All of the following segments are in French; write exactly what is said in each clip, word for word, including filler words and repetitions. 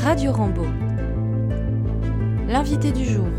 Radio Rambo. L'invité du jour,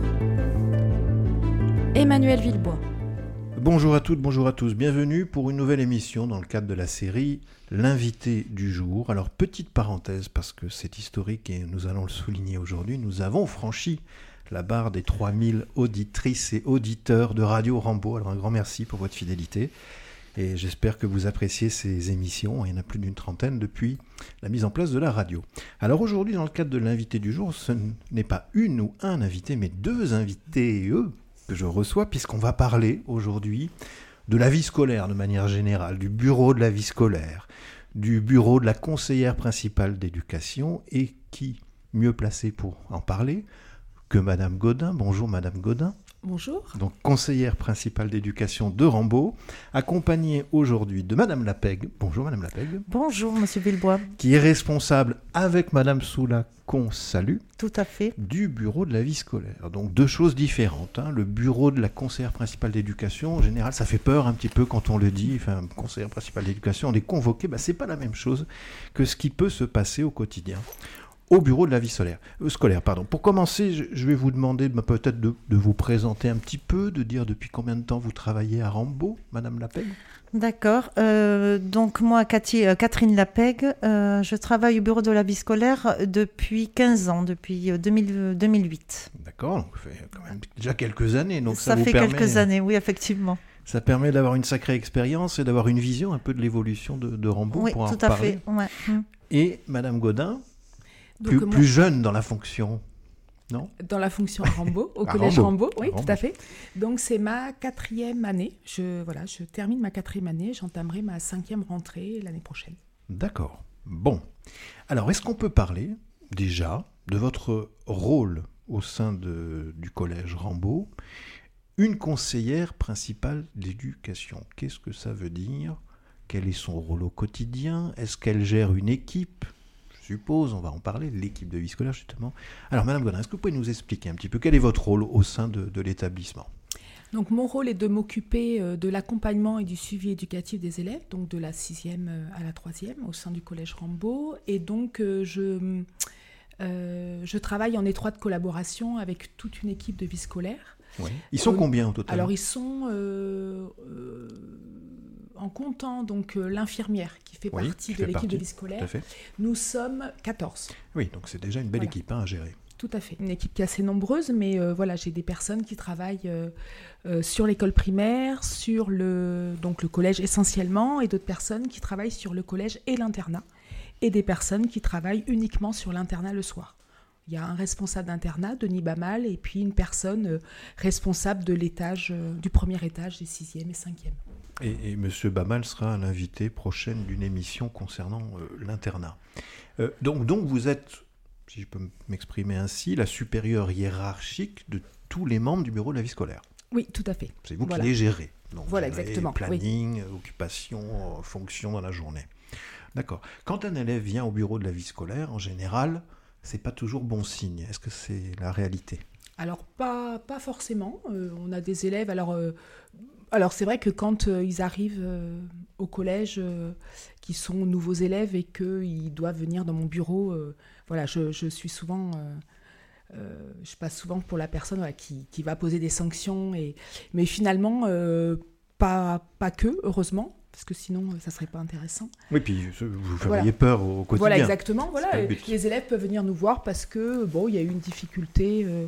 Emmanuel Villebois. Bonjour à toutes, bonjour à tous, bienvenue pour une nouvelle émission dans le cadre de la série L'invité du jour. Alors petite parenthèse parce que c'est historique et nous allons le souligner aujourd'hui, nous avons franchi la barre des trois mille auditrices et auditeurs de Radio Rambo. Alors un grand merci pour votre fidélité et j'espère que vous appréciez ces émissions. Il y en a plus d'une trentaine depuis la mise en place de la radio. Alors aujourd'hui dans le cadre de l'invité du jour, ce n'est pas une ou un invité mais deux invités eux que je reçois, puisqu'on va parler aujourd'hui de la vie scolaire de manière générale, du bureau de la vie scolaire, du bureau de la conseillère principale d'éducation, et qui mieux placé pour en parler que Madame Godin. Bonjour Madame Godin. Bonjour. Donc conseillère principale d'éducation de Rambo, accompagnée aujourd'hui de Madame Lapègue. Bonjour Madame Lapègue. Bonjour Monsieur Villebois. Qui est responsable avec Madame Soula, qu'on salue. Tout à fait. Du bureau de la vie scolaire. Donc deux choses différentes. Hein. Le bureau de la conseillère principale d'éducation, en général, ça fait peur un petit peu quand on le dit. Enfin, conseillère principale d'éducation, on est convoqué. Bah, c'est pas la même chose que ce qui peut se passer au quotidien au bureau de la vie scolaire. Euh, scolaire pardon. Pour commencer, je, je vais vous demander bah, peut-être de, de vous présenter un petit peu, de dire depuis combien de temps vous travaillez à Rambo, Madame Lapègue. D'accord. Euh, donc moi, Cathy, euh, Catherine Lapègue, euh, je travaille au bureau de la vie scolaire depuis quinze ans, depuis deux mille, deux mille huit. D'accord, donc ça fait quand même déjà quelques années. Donc ça, ça vous fait permet, quelques années, oui, effectivement. Ça permet d'avoir une sacrée expérience et d'avoir une vision un peu de l'évolution de, de Rambo oui, pour en tout à parler. fait. Ouais. Hum. Et Madame Godin, Donc, plus, moi, plus jeune dans la fonction, non ? Dans la fonction à Rambo, au À collège Rambo. Rambo, oui, À Rambo. tout à fait. Donc c'est ma quatrième année. Je, voilà, je termine ma quatrième année, j'entamerai ma cinquième rentrée l'année prochaine. D'accord. Bon. Alors, est-ce qu'on peut parler déjà de votre rôle au sein de, du collège Rambo, une conseillère principale d'éducation ? Qu'est-ce que ça veut dire ? Quel est son rôle au quotidien ? Est-ce qu'elle gère une équipe ? Je suppose, on va en parler, l'équipe de vie scolaire justement. Alors Madame Godin, est-ce que vous pouvez nous expliquer un petit peu quel est votre rôle au sein de, de l'établissement ? Donc mon rôle est de m'occuper euh, de l'accompagnement et du suivi éducatif des élèves, donc de la sixième euh, à la troisième au sein du collège Rambo. Et donc euh, je, euh, je travaille en étroite collaboration avec toute une équipe de vie scolaire. Oui. Ils sont Euh, combien au total ? Alors ils sont... Euh, euh, en comptant donc euh, l'infirmière qui fait Oui, partie qui de fait l'équipe partie, de vie tout scolaire, à fait. nous sommes quatorze. Oui, donc c'est déjà une belle Voilà. équipe hein, à gérer. Tout à fait. Une équipe qui est assez nombreuse, mais euh, voilà, j'ai des personnes qui travaillent euh, euh, sur l'école primaire, sur le, donc le collège essentiellement, et d'autres personnes qui travaillent sur le collège et l'internat, et des personnes qui travaillent uniquement sur l'internat le soir. Il y a un responsable d'internat, Denis Bamal, et puis une personne euh, responsable de l'étage, euh, du premier étage des sixième et cinquième. Et, et M. Bamal sera l'invité prochaine d'une émission concernant euh, l'internat. Euh, donc, donc vous êtes, si je peux m'exprimer ainsi, la supérieure hiérarchique de tous les membres du bureau de la vie scolaire. Oui, tout à fait. C'est vous Voilà. qui les gérez. Donc, Voilà, gérez exactement, planning, occupation, euh, fonction dans la journée. D'accord. Quand un élève vient au bureau de la vie scolaire, en général, c'est pas toujours bon signe. Est-ce que c'est la réalité ? Alors, pas, pas forcément. Euh, on a des élèves... Alors, euh, alors c'est vrai que quand euh, ils arrivent euh, au collège, euh, qui sont nouveaux élèves et qu'ils doivent venir dans mon bureau, euh, voilà, je, je suis souvent... Euh, euh, je passe souvent pour la personne voilà, qui, qui va poser des sanctions. Et, mais finalement, euh, pas, pas que, heureusement. Parce que sinon, ça ne serait pas intéressant. Oui, puis vous feriez Voilà. peur au quotidien. Voilà, exactement. Voilà. C'est le but. Les élèves peuvent venir nous voir parce que bon, il y a eu une difficulté, euh,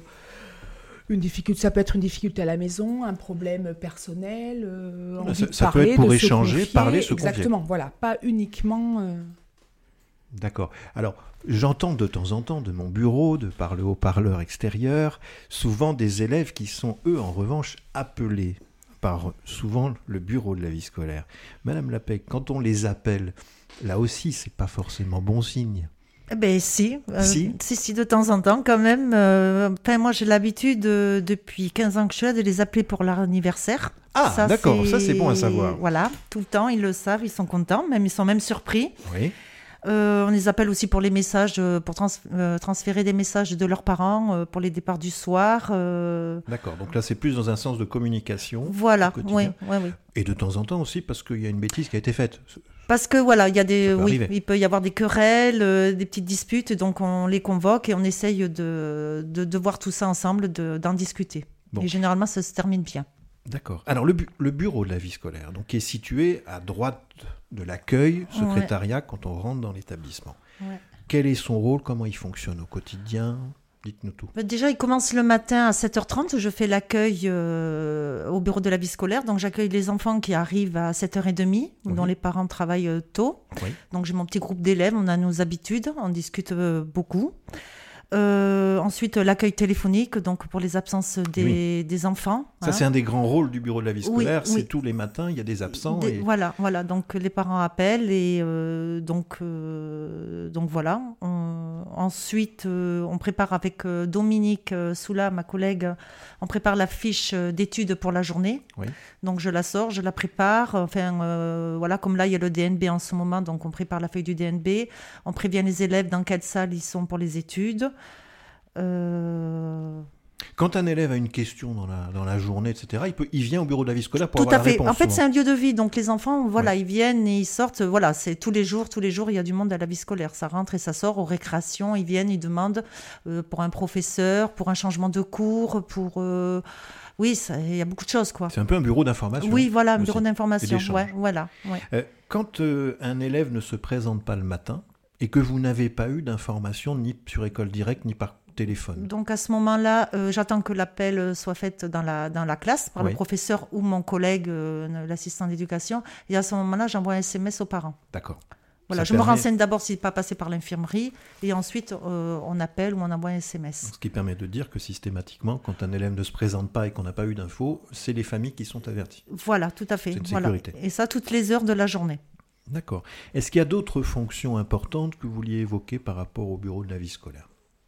une difficulté. Ça peut être une difficulté à la maison, un problème personnel, euh, envie Ça- de ça peut parler, être pour de échanger, se confier. parler, se confier. Exactement. Voilà, pas uniquement. euh, D'accord. Alors, j'entends de temps en temps de mon bureau, de par le haut-parleur extérieur, souvent des élèves qui sont, eux, en revanche, appelés par souvent le bureau de la vie scolaire. Madame Lapègue, quand on les appelle, là aussi, c'est pas forcément bon signe. Eh ben si, euh, Si. si, si, de temps en temps quand même. Euh, enfin, moi, j'ai l'habitude, euh, depuis quinze ans que je suis là, de les appeler pour leur anniversaire. Ah, d'accord, ça, c'est bon à savoir. Voilà, tout le temps, ils le savent, ils sont contents, même ils sont même surpris. Oui. Euh, on les appelle aussi pour les messages, euh, pour trans- euh, transférer des messages de leurs parents, euh, pour les départs du soir. euh, D'accord, donc là, c'est plus dans un sens de communication. Voilà, au quotidien. oui, oui, oui. Et de temps en temps aussi, parce qu'il y a une bêtise qui a été faite. Parce que voilà, il y a des, peut oui, arriver. il peut y avoir des querelles, euh, des petites disputes, donc on les convoque et on essaye de, de, de voir tout ça ensemble, de, d'en discuter. Bon. Et généralement, ça se termine bien. D'accord. Alors, le, bu- le bureau de la vie scolaire, donc, est situé à droite de l'accueil, secrétariat, ouais. quand on rentre dans l'établissement. Ouais. Quel est son rôle? Comment il fonctionne au quotidien? Dites-nous tout. Déjà, il commence le matin à sept heures trente. Je fais l'accueil euh, au bureau de la vie scolaire. Donc, j'accueille les enfants qui arrivent à sept heures trente, oui. dont les parents travaillent euh, tôt. Oui. Donc, j'ai mon petit groupe d'élèves. On a nos habitudes. On discute euh, beaucoup. Euh, ensuite, l'accueil téléphonique, donc pour les absences des, oui. des enfants. Ça, hein. c'est un des grands rôles du bureau de la vie scolaire. Oui, c'est oui. tous les matins, il y a des absents. Des, et... Voilà, voilà. Donc les parents appellent et euh, donc, euh, donc voilà. On, ensuite, euh, on prépare avec euh, Dominique euh, Soula, ma collègue, on prépare la fiche d'études pour la journée. Oui. Donc je la sors, je la prépare. Enfin, euh, voilà, comme là, il y a le D N B en ce moment, donc on prépare la feuille du D N B. On prévient les élèves dans quelle salle ils sont pour les études. Euh... Quand un élève a une question dans la, dans la journée, et cetera, il, peut, il vient au bureau de la vie scolaire pour Tout avoir à fait. la réponse. En fait, souvent. c'est un lieu de vie. Donc, les enfants, voilà, oui. ils viennent et ils sortent. Voilà, c'est tous les jours, tous les jours, il y a du monde à la vie scolaire. Ça rentre et ça sort aux récréations. Ils viennent, ils demandent euh, pour un professeur, pour un changement de cours, pour... Euh... Oui, ça, il y a beaucoup de choses, quoi. C'est un peu un bureau d'information. Oui, voilà, un aussi. bureau d'information. Ouais, voilà. Ouais. Euh, quand euh, un élève ne se présente pas le matin et que vous n'avez pas eu d'information ni sur École Directe, ni par téléphone. Donc à ce moment-là, euh, j'attends que l'appel soit fait dans la, dans la classe par oui. le professeur ou mon collègue, euh, l'assistant d'éducation. Et à ce moment-là, j'envoie un S M S aux parents. D'accord. Voilà, Ça je permet... me renseigne d'abord s'il n'est pas passé par l'infirmerie. Et ensuite, euh, on appelle ou on envoie un S M S. Ce qui permet de dire que systématiquement, quand un élève ne se présente pas et qu'on n'a pas eu d'infos, c'est les familles qui sont averties. Voilà, tout à fait. C'est une voilà. sécurité. Et ça, toutes les heures de la journée. D'accord. Est-ce qu'il y a d'autres fonctions importantes que vous vouliez évoquer par rapport au bureau de la vie scolaire ?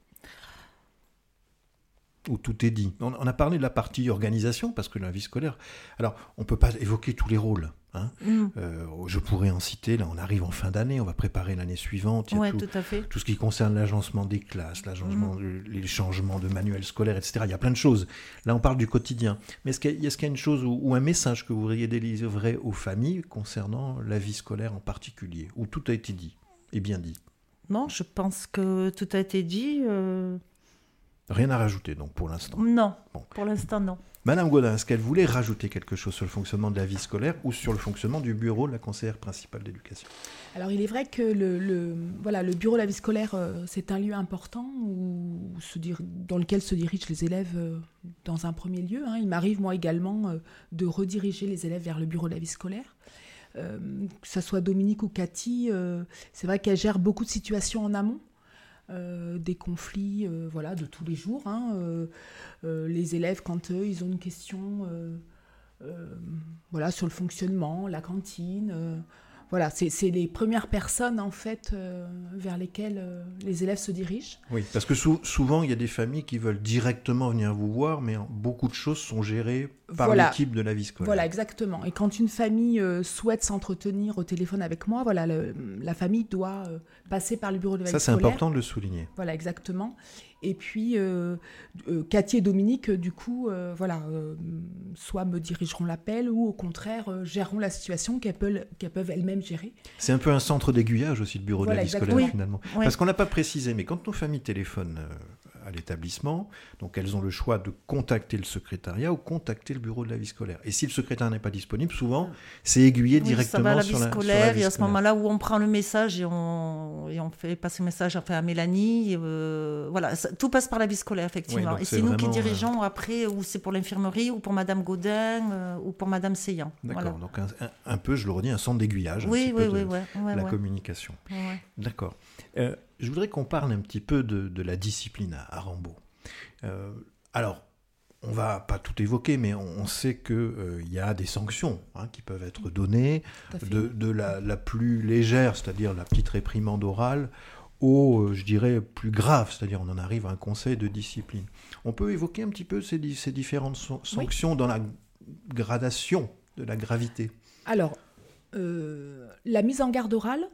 Où tout est dit. On a parlé de la partie organisation, parce que la vie scolaire... Alors, on ne peut pas évoquer tous les rôles. Hein. Mm. Euh, je pourrais en citer, là, on arrive en fin d'année, on va préparer l'année suivante. Il y a ouais, tout, tout, à fait. tout ce qui concerne l'agencement des classes, l'agencement, mm. les changements de manuels scolaires, et cetera. Il y a plein de choses. Là, on parle du quotidien. Mais est-ce qu'il y a, est-ce qu'il y a une chose ou, ou un message que vous voudriez délivrer aux familles concernant la vie scolaire en particulier, où tout a été dit et bien dit? Non, je pense que tout a été dit... Euh... Rien à rajouter, donc, pour l'instant. Non, bon. Pour l'instant, non. Madame Gaudin, est-ce qu'elle voulait rajouter quelque chose sur le fonctionnement de la vie scolaire ou sur le fonctionnement du bureau de la conseillère principale d'éducation? Alors, il est vrai que le, le, voilà, le bureau de la vie scolaire, euh, c'est un lieu important où se dir- dans lequel se dirigent les élèves euh, dans un premier lieu. Hein. Il m'arrive, moi également, euh, de rediriger les élèves vers le bureau de la vie scolaire. Euh, que ce soit Dominique ou Cathy, euh, c'est vrai qu'elle gère beaucoup de situations en amont. Euh, des conflits euh, voilà, de tous les jours. Hein. Euh, euh, les élèves, quand eux, ils ont une question euh, euh, voilà, sur le fonctionnement, la cantine, euh, voilà, c'est, c'est les premières personnes en fait, euh, vers lesquelles euh, les élèves se dirigent. Oui, parce que sou- souvent, il y a des familles qui veulent directement venir vous voir, mais beaucoup de choses sont gérées par voilà. l'équipe de la vie scolaire. Voilà, exactement. Et quand une famille euh, souhaite s'entretenir au téléphone avec moi, voilà, le, la famille doit euh, passer par le bureau de la vie scolaire. Ça, c'est scolaire. important de le souligner. Voilà, exactement. Et puis, euh, euh, Cathy et Dominique, euh, du coup, euh, voilà, euh, soit me dirigeront l'appel ou au contraire, euh, géreront la situation qu'elles peuvent, qu'elles peuvent elles-mêmes gérer. C'est un peu un centre d'aiguillage aussi, le bureau voilà, de la vie exactement. scolaire, Oui. finalement. Oui. Parce qu'on n'a pas précisé, mais quand nos familles téléphonent euh, à l'établissement, donc elles ont le choix de contacter le secrétariat ou contacter le bureau de la vie scolaire. Et si le secrétaire n'est pas disponible, souvent, c'est aiguillé oui, directement ça va à la sur, vie la, scolaire, sur la vie et à ce scolaire. moment-là où on prend le message et on, et on fait passer le message enfin, à Mélanie. Euh, voilà, ça, tout passe par la vie scolaire, effectivement. Oui, et c'est, c'est nous qui dirigeons euh... après, ou c'est pour l'infirmerie, ou pour Madame Gaudin, euh, ou pour Madame Seillan. D'accord, voilà. donc un, un, un peu, je le redis, un centre d'aiguillage, oui, un petit oui, peu oui, de ouais, ouais, la ouais. communication. Ouais. D'accord. Euh, je voudrais qu'on parle un petit peu de, de la discipline à, à Rambaud. Euh, alors, on ne va pas tout évoquer, mais on, on sait qu'il euh, y a des sanctions hein, qui peuvent être données, de, de la, la plus légère, c'est-à-dire la petite réprimande orale, au, euh, je dirais, plus grave, c'est-à-dire on en arrive à un conseil de discipline. On peut évoquer un petit peu ces, ces différentes so- sanctions oui. dans la gradation de la gravité. Alors, euh, la mise en garde orale,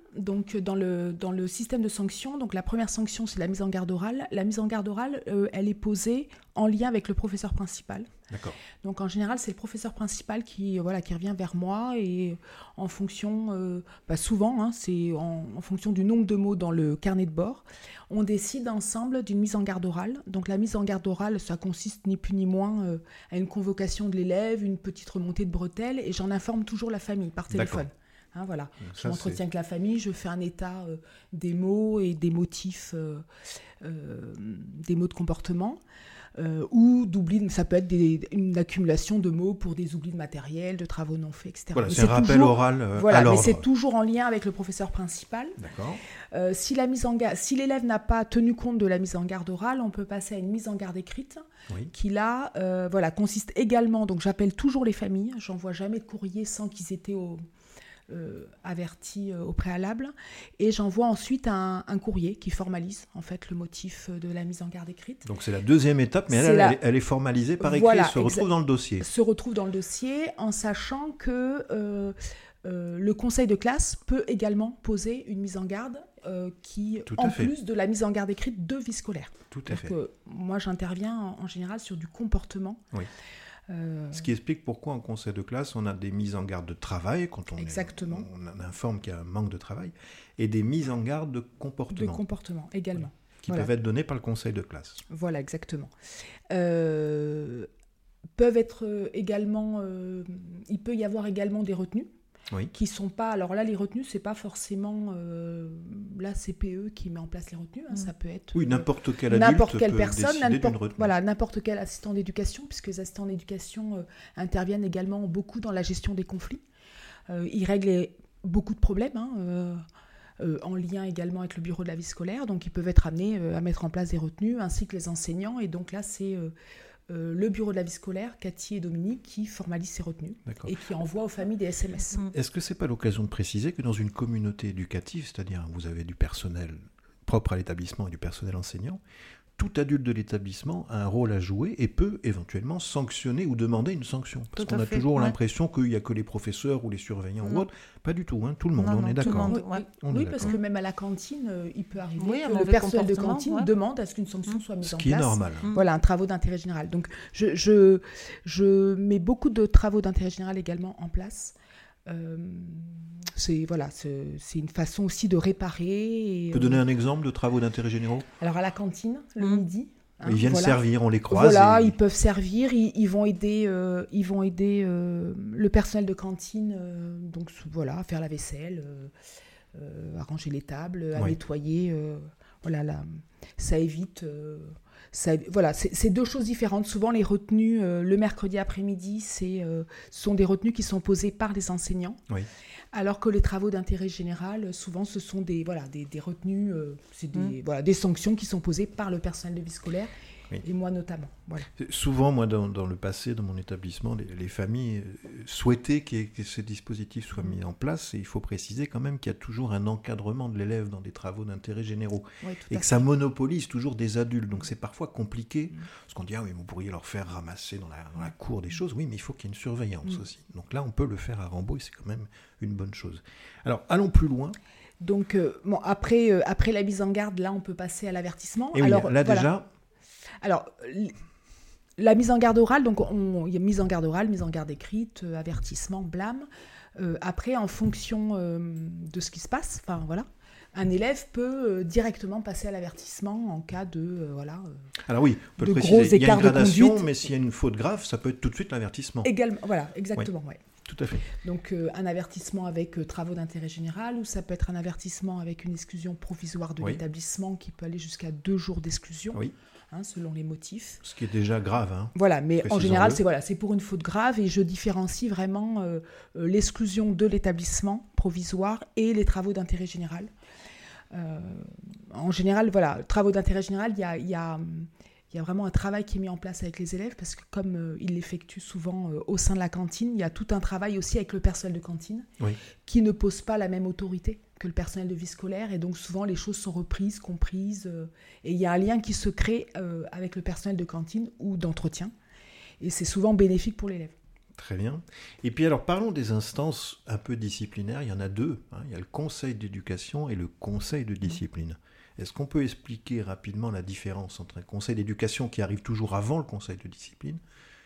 Donc, dans le, dans le système de sanctions, donc la première sanction, c'est la mise en garde orale. La mise en garde orale, euh, elle est posée en lien avec le professeur principal. D'accord. Donc, en général, c'est le professeur principal qui, voilà, qui revient vers moi et en fonction, euh, bah souvent, hein, c'est en, en fonction du nombre de mots dans le carnet de bord, on décide ensemble d'une mise en garde orale. Donc, la mise en garde orale, ça consiste ni plus ni moins euh, à une convocation de l'élève, une petite remontée de bretelles et j'en informe toujours la famille par téléphone. D'accord. Hein, voilà. Donc ça, je m'entretiens c'est... avec la famille, je fais un état euh, des mots et des motifs, euh, euh, des mots de comportement, euh, ou d'oubli, ça peut être des, une accumulation de mots pour des oublis de matériel, de travaux non faits, et cetera. Voilà, mais c'est, c'est un rappel toujours, oral euh, voilà, à l'ordre. Mais c'est toujours en lien avec le professeur principal. D'accord. Euh, si, la mise en ga- si l'élève n'a pas tenu compte de la mise en garde orale, on peut passer à une mise en garde écrite, oui. qui là, euh, voilà, consiste également, donc j'appelle toujours les familles, j'envoie jamais de courrier sans qu'ils étaient au... Euh, averti euh, au préalable et j'envoie ensuite un, un courrier qui formalise en fait le motif de la mise en garde écrite. Donc c'est la deuxième étape, mais elle, la... elle, est, elle est formalisée par écrit, voilà, elle se retrouve exa... dans le dossier. Se retrouve dans le dossier en sachant que euh, euh, le conseil de classe peut également poser une mise en garde euh, qui, Tout en fait. plus de la mise en garde écrite de vie scolaire. Tout à fait. Que moi j'interviens en, en général sur du comportement. Oui. Euh... Ce qui explique pourquoi en conseil de classe, on a des mises en garde de travail, quand on, Exactement. Est, on informe qu'il y a un manque de travail, et des mises en garde de comportement. De comportement, également. Oui. Qui voilà. peuvent être données par le conseil de classe. Voilà, exactement. Euh, peuvent être également... Euh, il peut y avoir également des retenues. Oui. Qui sont pas... Alors là, les retenues, c'est pas forcément euh, la C P E qui met en place les retenues. Hein, mmh. Ça peut être... Oui, n'importe quel adulte n'importe quelle peut personne, décider n'importe, d'une retenue. Voilà, n'importe quel assistant d'éducation, puisque les assistants d'éducation euh, interviennent également beaucoup dans la gestion des conflits. Euh, ils règlent les, beaucoup de problèmes, hein, euh, euh, en lien également avec le bureau de la vie scolaire. Donc, ils peuvent être amenés euh, à mettre en place des retenues, ainsi que les enseignants. Et donc là, c'est... Euh, Euh, le bureau de la vie scolaire, Cathy et Dominique, qui formalisent ces retenues. D'accord. Et qui envoient aux familles des S M S. Est-ce que ce n'est pas l'occasion de préciser que dans une communauté éducative, c'est-à-dire vous avez du personnel propre à l'établissement et du personnel enseignant, tout adulte de l'établissement a un rôle à jouer et peut éventuellement sanctionner ou demander une sanction. Parce tout qu'on a fait, toujours ouais. l'impression qu'il n'y a que les professeurs ou les surveillants non. ou autres. Pas du tout, hein, tout le monde, non, on non, est d'accord. Monde, ouais. on oui, est parce d'accord. que même à la cantine, euh, il peut arriver oui, que le personnel de cantine ouais. demande à ce qu'une sanction mmh. soit mise ce en qui place. Est normal. Mmh. Voilà, un travaux d'intérêt général. Donc, je, je, je mets beaucoup de travaux d'intérêt général également en place. Euh, c'est, voilà, c'est, c'est une façon aussi de réparer. Tu peux euh... donner un exemple de travaux d'intérêt généraux ? Alors, à la cantine, le mmh. midi. Hein, ils viennent voilà. servir, on les croise. Voilà, et... ils peuvent servir, ils, ils vont aider, euh, ils vont aider euh, le personnel de cantine, euh, donc voilà, à faire la vaisselle, euh, euh, à ranger les tables, à oui. nettoyer. Euh, voilà, là, ça évite. Euh, ça, voilà, c'est, c'est deux choses différentes. Souvent, les retenues euh, le mercredi après-midi, c'est, euh, ce sont des retenues qui sont posées par les enseignants. Oui. Alors que les travaux d'intérêt général, souvent, ce sont des, voilà, des, des retenues, euh, c'est des, mmh. voilà, des sanctions qui sont posées par le personnel de vie scolaire, oui. et moi notamment. Voilà. Souvent, moi, dans, dans le passé, dans mon établissement, les, les familles souhaitaient que, que ces dispositifs soient mis en place, et il faut préciser quand même qu'il y a toujours un encadrement de l'élève dans des travaux d'intérêt généraux, oui, et que fait. Ça monopolise toujours des adultes, donc c'est parfois compliqué, mmh. parce qu'on dit, ah oui, vous pourriez leur faire ramasser dans la, dans la cour des choses, oui, mais il faut qu'il y ait une surveillance mmh. aussi. Donc là, on peut le faire à Rambaud, et c'est quand même une bonne chose. Alors, allons plus loin. Donc, euh, bon, après, euh, après la mise en garde, là, on peut passer à l'avertissement. Et Alors, oui, là, voilà. déjà... Alors, la mise en garde orale, donc il y a mise en garde orale, mise en garde écrite, euh, avertissement, blâme. Euh, après, en fonction euh, de ce qui se passe, enfin voilà, un élève peut euh, directement passer à l'avertissement en cas de euh, voilà. Euh, Alors oui, on peut de le préciser. Gros il y a une gradation, conduite. Mais s'il y a une faute grave, ça peut être tout de suite l'avertissement. Également, voilà, exactement, oui. Ouais. Tout à fait. Donc, euh, un avertissement avec euh, travaux d'intérêt général, ou ça peut être un avertissement avec une exclusion provisoire de oui. l'établissement qui peut aller jusqu'à deux jours d'exclusion, oui. hein, selon les motifs. Ce qui est déjà grave. Hein. Voilà, mais en général, c'est, voilà, c'est pour une faute grave, et je différencie vraiment euh, euh, l'exclusion de l'établissement provisoire et les travaux d'intérêt général. Euh, en général, voilà, travaux d'intérêt général, il y a... Y a Il y a vraiment un travail qui est mis en place avec les élèves, parce que comme euh, ils l'effectuent souvent euh, au sein de la cantine, il y a tout un travail aussi avec le personnel de cantine oui. qui ne pose pas la même autorité que le personnel de vie scolaire, et donc souvent les choses sont reprises, comprises, euh, et il y a un lien qui se crée euh, avec le personnel de cantine ou d'entretien, et c'est souvent bénéfique pour l'élève. Très bien. Et puis alors, parlons des instances un peu disciplinaires. Il y en a deux. Hein. Il y a le conseil d'éducation et le conseil de discipline. Est-ce qu'on peut expliquer rapidement la différence entre un conseil d'éducation qui arrive toujours avant le conseil de discipline ?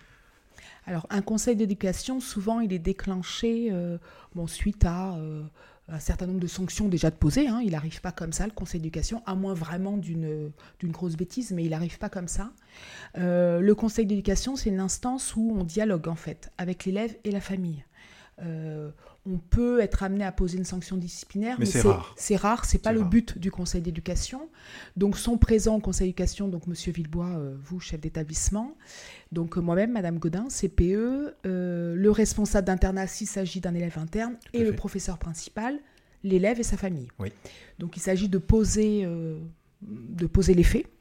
Alors, un conseil d'éducation, souvent, il est déclenché euh, bon, suite à euh, un certain nombre de sanctions déjà posées. Hein. Il n'arrive pas comme ça, le conseil d'éducation, à moins vraiment d'une, d'une grosse bêtise, mais il n'arrive pas comme ça. Euh, le conseil d'éducation, c'est une instance où on dialogue, en fait, avec l'élève et la famille. Euh, on peut être amené à poser une sanction disciplinaire, mais, mais c'est, c'est rare. C'est rare, c'est pas c'est le rare. But du conseil d'éducation. Donc sont présents au conseil d'éducation, donc Monsieur Villebois, euh, vous, chef d'établissement, donc euh, moi-même, Madame Godin, C P E, euh, le responsable d'internat s'il s'agit d'un élève interne, Tout et le professeur principal, l'élève et sa famille. Oui. Donc il s'agit de poser, euh, de poser les faits,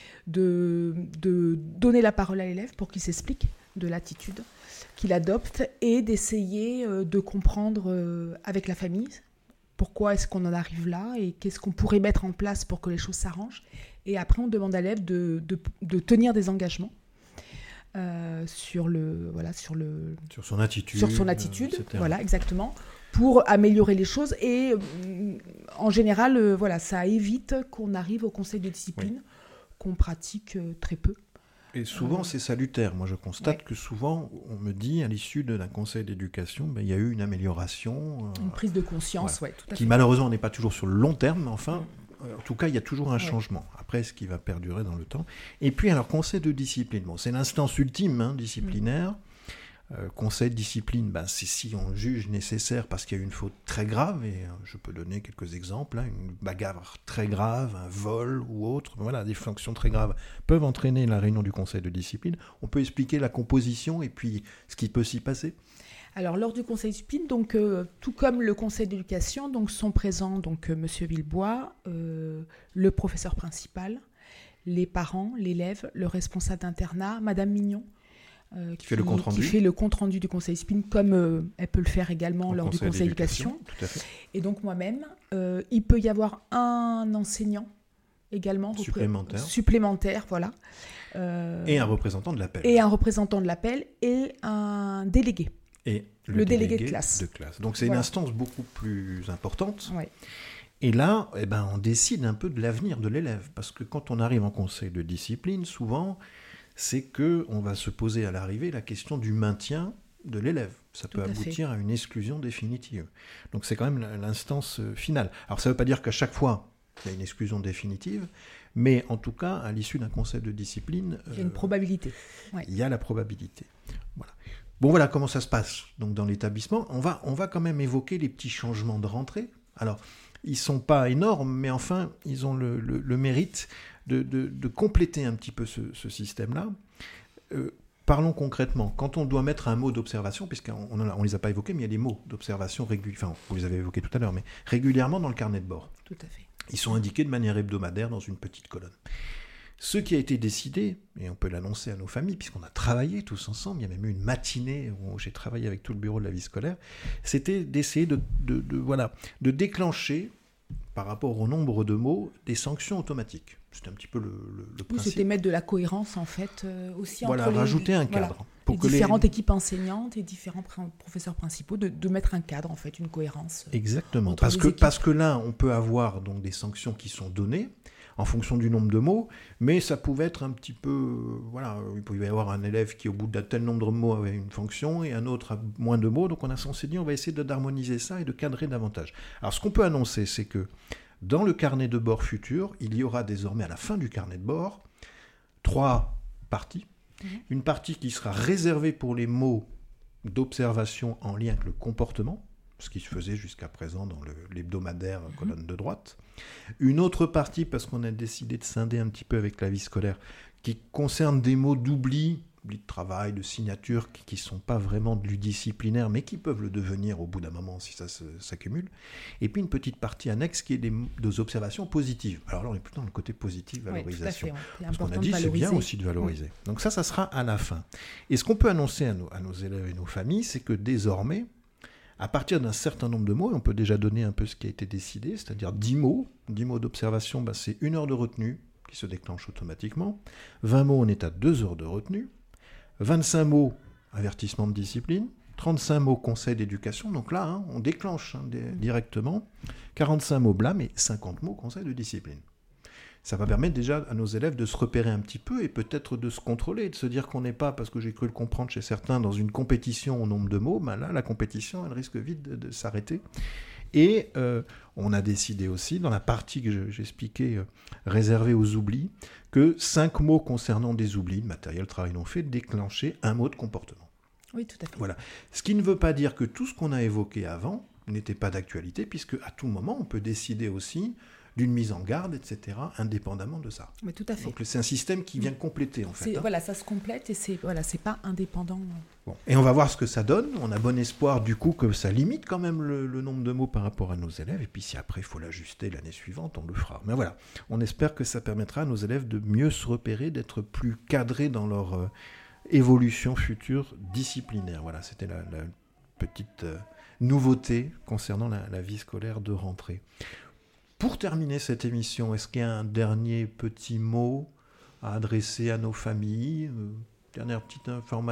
de, de donner la parole à l'élève pour qu'il s'explique de l'attitude qu'il adopte et d'essayer euh, de comprendre euh, avec la famille pourquoi est-ce qu'on en arrive là et qu'est-ce qu'on pourrait mettre en place pour que les choses s'arrangent. Et après, on demande à l'élève de, de, de tenir des engagements euh, sur, le, voilà, sur, le, sur son attitude. Sur son attitude, euh, voilà, exactement, pour améliorer les choses. Et euh, en général, euh, voilà, ça évite qu'on arrive au conseil de discipline, oui. qu'on pratique euh, très peu. Et souvent, euh, c'est salutaire. Moi, je constate ouais. que souvent, on me dit, à l'issue d'un conseil d'éducation, ben, il y a eu une amélioration. Euh, une prise de conscience, voilà, oui, tout à qui fait. malheureusement n'est pas toujours sur le long terme, mais enfin, euh, en tout cas, il y a toujours un ouais. changement. Après, ce qui va perdurer dans le temps. Et puis, alors, conseil de discipline. Bon, c'est l'instance ultime hein, disciplinaire. Mmh. Euh, conseil de discipline, ben, c'est si on juge nécessaire parce qu'il y a eu une faute très grave, et euh, je peux donner quelques exemples, hein, une bagarre très grave, un vol ou autre, voilà, des fonctions très graves peuvent entraîner la réunion du conseil de discipline. On peut expliquer la composition et puis ce qui peut s'y passer. Alors, lors du conseil de discipline, donc, euh, tout comme le conseil d'éducation, donc, sont présents donc, euh, Monsieur Villebois, euh, le professeur principal, les parents, l'élève, le responsable d'internat, Madame Mignon, Euh, qui, qui, fait le compte rendu. qui fait le compte rendu du conseil discipline, comme euh, elle peut le faire également Au lors du conseil d'éducation. Tout à fait. Et donc moi-même, euh, il peut y avoir un enseignant également supplémentaire, repré- supplémentaire voilà. Euh, et un représentant de l'appel. Et un représentant de l'appel et un délégué. Et le, le délégué, délégué de classe. de classe. Donc c'est voilà. une instance beaucoup plus importante. Ouais. Et là, eh ben, on décide un peu de l'avenir de l'élève, parce que quand on arrive en conseil de discipline, souvent, c'est qu'on va se poser à l'arrivée la question du maintien de l'élève. Ça peut aboutir à une exclusion définitive. Donc c'est quand même l'instance finale. Alors ça ne veut pas dire qu'à chaque fois, il y a une exclusion définitive, mais en tout cas, à l'issue d'un conseil de discipline... Il y a une euh, probabilité. Ouais. Il y a la probabilité. Voilà. Bon, voilà comment ça se passe donc, dans l'établissement. On va, on va quand même évoquer les petits changements de rentrée. Alors, ils ne sont pas énormes, mais enfin, ils ont le, le, le mérite de, de, de compléter un petit peu ce, ce système-là. Euh, parlons concrètement. Quand on doit mettre un mot d'observation, puisqu'on ne les a pas évoqués, mais il y a des mots d'observation réguliers, enfin, vous les avez évoqués tout à l'heure, mais régulièrement dans le carnet de bord. Tout à fait. Ils sont indiqués de manière hebdomadaire dans une petite colonne. Ce qui a été décidé, et on peut l'annoncer à nos familles, puisqu'on a travaillé tous ensemble, il y a même eu une matinée où j'ai travaillé avec tout le bureau de la vie scolaire, c'était d'essayer de, de, de, voilà, de déclencher, par rapport au nombre de mots, des sanctions automatiques. C'était un petit peu le, le, le principe. C'était mettre de la cohérence, en fait, euh, aussi voilà, entre les... rajouter un cadre. Voilà, pour les que différentes les... équipes enseignantes et différents pr- professeurs principaux, de, de mettre un cadre, en fait, une cohérence. Exactement, parce que, parce que là, on peut avoir donc, des sanctions qui sont données, en fonction du nombre de mots, mais ça pouvait être un petit peu... Euh, voilà, il pouvait y avoir un élève qui, au bout d'un tel nombre de mots, avait une fonction, et un autre a moins de mots, donc on, a, on s'est dit, on va essayer de, d'harmoniser ça et de cadrer davantage. Alors, ce qu'on peut annoncer, c'est que dans le carnet de bord futur, il y aura désormais, à la fin du carnet de bord, trois parties. Mmh. Une partie qui sera réservée pour les mots d'observation en lien avec le comportement, ce qui se faisait jusqu'à présent dans le, l'hebdomadaire mmh. colonne de droite. Une autre partie, parce qu'on a décidé de scinder un petit peu avec la vie scolaire, qui concerne des mots d'oubli, oubli de travail, de signature, qui ne sont pas vraiment du disciplinaire, mais qui peuvent le devenir au bout d'un moment si ça se, s'accumule. Et puis une petite partie annexe qui est des, des observations positives. Alors là, on est plutôt dans le côté positif, valorisation. Oui, tout à fait, ouais. Parce qu'on a dit, c'est bien aussi de valoriser. Oui. Donc ça, ça sera à la fin. Et ce qu'on peut annoncer à nos, à nos élèves et nos familles, c'est que désormais, à partir d'un certain nombre de mots, on peut déjà donner un peu ce qui a été décidé, c'est-à-dire dix mots. dix mots d'observation, ben c'est une heure de retenue qui se déclenche automatiquement. vingt mots, on est à deux heures de retenue. vingt-cinq mots, avertissement de discipline, trente-cinq mots conseil d'éducation, donc là, hein, on déclenche hein, des, directement, quarante-cinq mots blâme et cinquante mots conseil de discipline. Ça va permettre déjà à nos élèves de se repérer un petit peu et peut-être de se contrôler, de se dire qu'on n'est pas, parce que j'ai cru le comprendre chez certains, dans une compétition au nombre de mots. Ben là, la compétition, elle risque vite de, de s'arrêter. Et euh, on a décidé aussi, dans la partie que je, j'expliquais, euh, réservée aux oublis, que cinq mots concernant des oublis, le matériel, travail non fait, déclencher un mot de comportement. Oui, tout à fait. Voilà. Ce qui ne veut pas dire que tout ce qu'on a évoqué avant n'était pas d'actualité, puisque à tout moment, on peut décider aussi d'une mise en garde, et cetera, indépendamment de ça. Mais tout à fait. Donc c'est un système qui vient compléter, en fait. C'est, hein. Voilà, ça se complète et c'est, voilà, c'est pas indépendant. Bon. Et on va voir ce que ça donne. On a bon espoir, du coup, que ça limite quand même le, le nombre de mots par rapport à nos élèves. Et puis si après, il faut l'ajuster l'année suivante, on le fera. Mais voilà, on espère que ça permettra à nos élèves de mieux se repérer, d'être plus cadrés dans leur euh, évolution future disciplinaire. Voilà, c'était la, la petite euh, nouveauté concernant la, la vie scolaire de rentrée. Pour terminer cette émission, est-ce qu'il y a un dernier petit mot à adresser à nos familles ? euh, Dernière petite information ?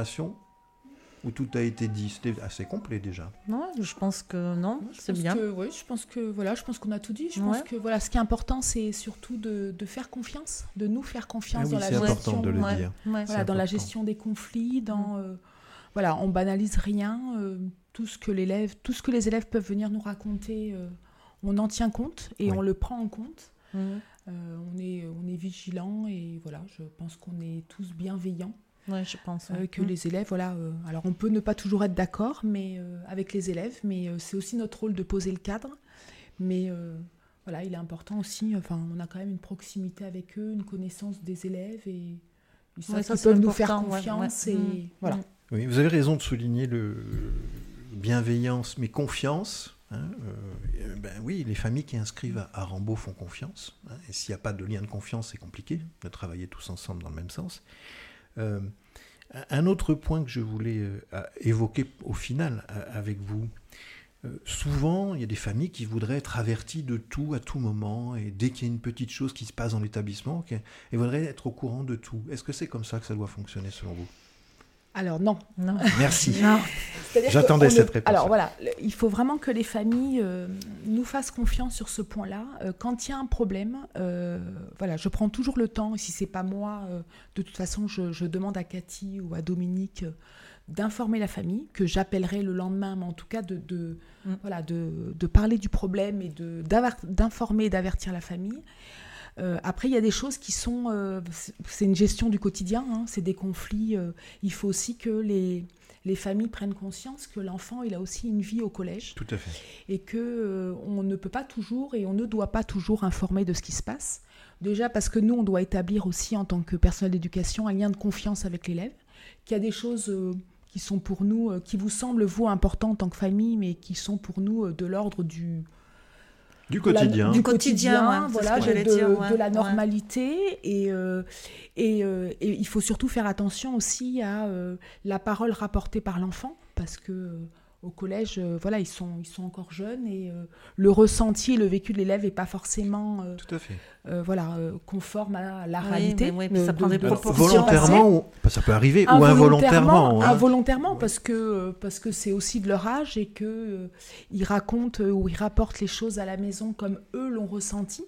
Ou tout a été dit ? C'était assez complet déjà. Non, je pense que non, Je c'est pense bien. Que, oui, je pense que voilà, je pense qu'on a tout dit. Je Ouais. pense que voilà, ce qui est important, c'est surtout de, de faire confiance, de nous faire confiance Ah oui, dans la c'est gestion. important de le Ouais. dire. Ouais. Voilà, dans la important. gestion des conflits, dans euh, voilà, on banalise rien. euh, tout ce que l'élève, tout ce que les élèves peuvent venir nous raconter, euh, on en tient compte et Oui. on le prend en compte. Mhm. Euh, on est, on est vigilant et voilà, je pense qu'on est tous bienveillants. Ouais, je pense. Euh, ouais. que les élèves, voilà. euh, alors on peut ne pas toujours être d'accord, mais euh, avec les élèves, mais euh, c'est aussi notre rôle de poser le cadre. Mais euh, voilà, il est important aussi. Enfin, on a quand même une proximité avec eux, une connaissance des élèves et ils savent Ouais, ça, qu'ils c'est peuvent nous important, faire ouais, confiance ouais. et Mhm. voilà. Mhm. Oui, vous avez raison de souligner le bienveillance, mais confiance. Hein, euh, ben oui, les familles qui inscrivent à, à Rambaud font confiance. Hein, et s'il n'y a pas de lien de confiance, c'est compliqué de travailler tous ensemble dans le même sens. Euh, un autre point que je voulais euh, évoquer au final euh, avec vous. Euh, souvent, il y a des familles qui voudraient être averties de tout à tout moment, et dès qu'il y a une petite chose qui se passe dans l'établissement, elles voudraient être au courant de tout. Est-ce que c'est comme ça que ça doit fonctionner selon vous ? Alors non. Non. Merci. Non. C'est-à-dire J'attendais qu'on cette ne- réponse. Alors voilà, le- il faut vraiment que les familles euh, nous fassent confiance sur ce point-là. Euh, quand il y a un problème, euh, voilà, je prends toujours le temps. Et si c'est pas moi, euh, de toute façon, je, je demande à Cathy ou à Dominique euh, d'informer la famille, que j'appellerai le lendemain, mais en tout cas de, de, Mm. voilà, de, de parler du problème et de, d'avar- d'informer et d'avertir la famille. Euh, après, il y a des choses qui sont... euh, c'est, c'est une gestion du quotidien, hein, c'est des conflits. euh, il faut aussi que les, les familles prennent conscience que l'enfant, il a aussi une vie au collège Tout à fait. et qu'on euh, on ne peut pas toujours et on ne doit pas toujours informer de ce qui se passe. Déjà parce que nous, on doit établir aussi en tant que personnel d'éducation un lien de confiance avec l'élève, qu'il y a des choses... euh, qui sont pour nous, euh, qui vous semblent, vous, importantes en tant que famille, mais qui sont pour nous euh, de l'ordre du... Du de la- quotidien. du Du quotidien, quotidien, ouais, c'est voilà, ce que de, j'allais de- dire, ouais, de la ouais. normalité. Et, euh, et, euh, et il faut surtout faire attention aussi à euh, la parole rapportée par l'enfant, parce que euh, au collège, euh, voilà, ils sont, ils sont encore jeunes et euh, le ressenti et le vécu de l'élève n'est pas forcément euh, Tout à fait. euh, voilà, euh, conforme à la Oui, réalité. mais oui, puis ça prend des Alors, proportions. volontairement, ou... enfin, ça peut arriver, ou involontairement. hein. Involontairement, parce que, euh, parce que c'est aussi de leur âge et qu'ils euh, ils racontent euh, ou ils rapportent les choses à la maison comme eux l'ont ressenti.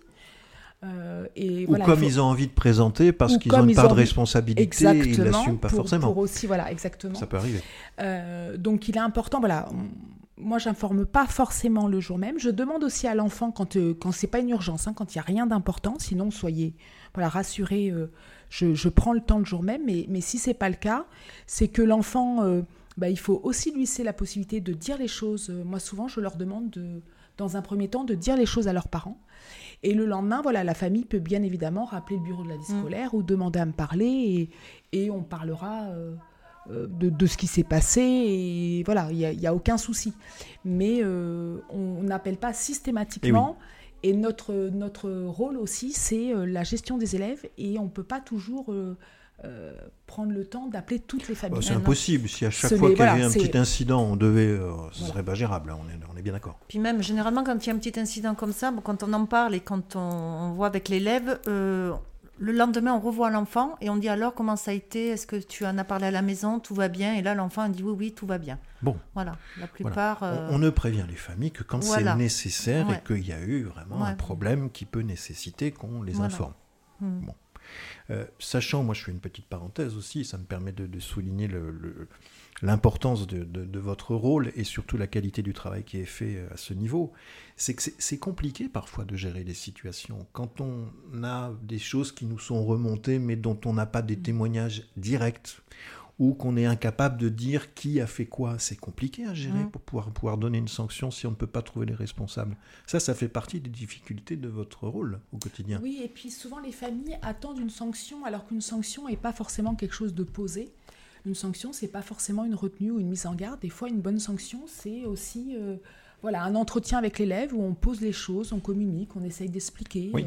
Euh, et Ou voilà, comme il faut- ils ont envie de présenter, parce Ou qu'ils comme ont une ils part ont de envie- responsabilité et ils Exactement, l'assument pas pour, forcément. pour aussi, voilà, exactement. Ça peut arriver. Euh, donc il est important, voilà, on- moi j'informe pas forcément le jour même, je demande aussi à l'enfant quand, euh, quand c'est pas une urgence, hein, quand il n'y a rien d'important, sinon soyez voilà, rassurés, euh, je, je prends le temps le jour même, mais, mais si c'est pas le cas, c'est que l'enfant, euh, bah, il faut aussi lui laisser la possibilité de dire les choses. Euh, moi souvent je leur demande de, dans un premier temps de dire les choses à leurs parents. Et le lendemain, voilà, la famille peut bien évidemment rappeler le bureau de la vie scolaire ou demander à me parler et, et on parlera euh, euh, de, de ce qui s'est passé et voilà, il n'y a, il y a aucun souci. Mais euh, on n'appelle pas systématiquement et, notre, notre rôle aussi, c'est euh, la gestion des élèves et on ne peut pas toujours euh, euh, prendre le temps d'appeler toutes les familles. Bah, c'est non. impossible. Si à chaque Ce fois n'est- qu'il y avait voilà, un c'est- petit incident, on devait... euh, ce Voilà. serait pas gérable, hein, on est, on est bien d'accord. Puis même, généralement, quand il y a un petit incident comme ça, bon, quand on en parle et quand on, on voit avec l'élève, euh, le lendemain, on revoit l'enfant et on dit alors comment ça a été, est-ce que tu en as parlé à la maison, tout va bien? Et là, l'enfant dit oui, oui, tout va bien. Bon. Voilà, la plupart... Voilà. Euh... On, on ne prévient les familles que quand voilà. c'est nécessaire ouais. et qu'il y a eu vraiment ouais. un problème qui peut nécessiter qu'on les voilà. informe. Mmh. Bon. Euh, sachant, moi je fais une petite parenthèse aussi, ça me permet de, de souligner le, le, l'importance de, de, de votre rôle et surtout la qualité du travail qui est fait à ce niveau, c'est que c'est, c'est compliqué parfois de gérer les situations. Quand on a des choses qui nous sont remontées mais dont on n'a pas des témoignages directs, ou qu'on est incapable de dire qui a fait quoi, c'est compliqué à gérer mmh. pour pouvoir, pouvoir donner une sanction si on ne peut pas trouver les responsables. Ça, ça fait partie des difficultés de votre rôle au quotidien. Oui, et puis souvent les familles attendent une sanction alors qu'une sanction n'est pas forcément quelque chose de posé. Une sanction, c'est pas forcément une retenue ou une mise en garde. Des fois, une bonne sanction, c'est aussi euh, voilà, un entretien avec l'élève où on pose les choses, on communique, on essaye d'expliquer. Oui. Euh,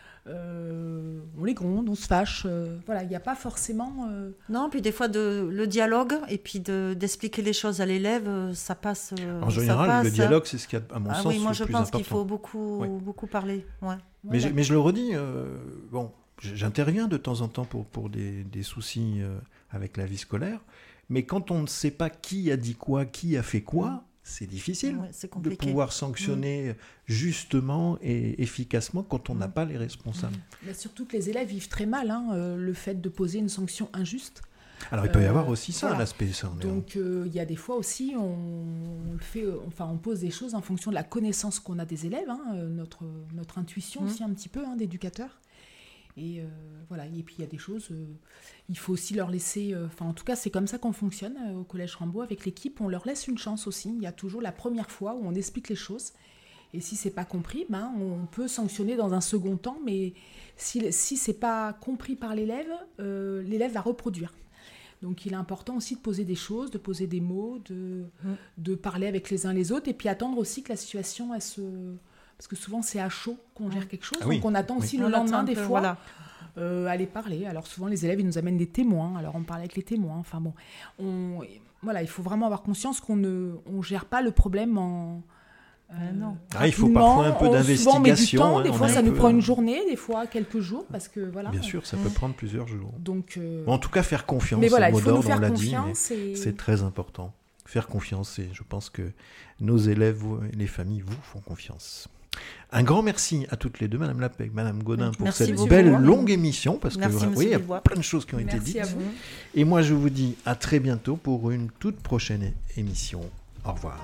Euh, on les gronde, on se fâche, euh, voilà, il n'y a pas forcément... Euh... Non, puis des fois, de, le dialogue, et puis de, d'expliquer les choses à l'élève, ça passe... Euh, en général, ça passe. Le dialogue, c'est ce qui a, à mon ah, sens, oui, moi, le je plus pense important. Qu'il faut beaucoup, oui. beaucoup parler. Ouais. Mais, voilà. je, mais je le redis, euh, bon, j'interviens de temps en temps pour, pour des, des soucis euh, avec la vie scolaire, mais quand on ne sait pas qui a dit quoi, qui a fait quoi... Mmh. C'est difficile ouais, c'est de pouvoir sanctionner mmh. justement et efficacement quand on n'a mmh. pas les responsables. Mmh. Mais surtout que les élèves vivent très mal hein, euh, le fait de poser une sanction injuste. Alors il peut y euh, avoir aussi ça, voilà. l'aspect ça. Donc il euh, y a des fois aussi, on, on, fait, euh, enfin, on pose des choses en fonction de la connaissance qu'on a des élèves, hein, notre, notre intuition mmh. aussi un petit peu hein, d'éducateur. Et euh, voilà, et puis il y a des choses, euh, il faut aussi leur laisser, enfin euh, en tout cas c'est comme ça qu'on fonctionne euh, au Collège Rambaud avec l'équipe, on leur laisse une chance aussi, il y a toujours la première fois où on explique les choses, et si c'est pas compris, ben, on peut sanctionner dans un second temps, mais si, si c'est pas compris par l'élève, euh, l'élève va reproduire. Donc il est important aussi de poser des choses, de poser des mots, de, mmh. de parler avec les uns les autres, et puis attendre aussi que la situation elle se... Parce que souvent, c'est à chaud qu'on gère quelque chose. Ah oui. Donc, on attend aussi oui. le on lendemain, des peu, fois, voilà. euh, aller parler. Alors, souvent, les élèves, ils nous amènent des témoins. Alors, on parle avec les témoins. Enfin, bon. On, voilà, il faut vraiment avoir conscience qu'on ne on gère pas le problème en... Euh, non. Ah, il faut parfois un peu on, d'investigation. Souvent, on met du temps. Hein, des fois, ça nous peu... prend une journée. Des fois, quelques jours. Parce que, voilà. Bien sûr, ça peut prendre plusieurs jours. Donc, euh... En tout cas, faire confiance. Mais voilà, au mot il faut d'ordre, nous faire on l'a confiance. dit, mais et... c'est très important. Faire confiance. Et je pense que nos élèves, les familles, vous font confiance. Un grand merci à toutes les deux, Madame Lapec, Madame Godin, pour merci cette beaucoup. belle longue émission, parce que merci, oui, il y a plein de choses qui ont merci été dites. À vous. Et moi, je vous dis à très bientôt pour une toute prochaine émission. Au revoir.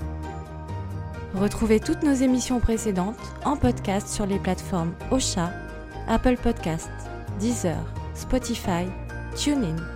Retrouvez toutes nos émissions précédentes en podcast sur les plateformes Ocha, Apple Podcasts, Deezer, Spotify, TuneIn.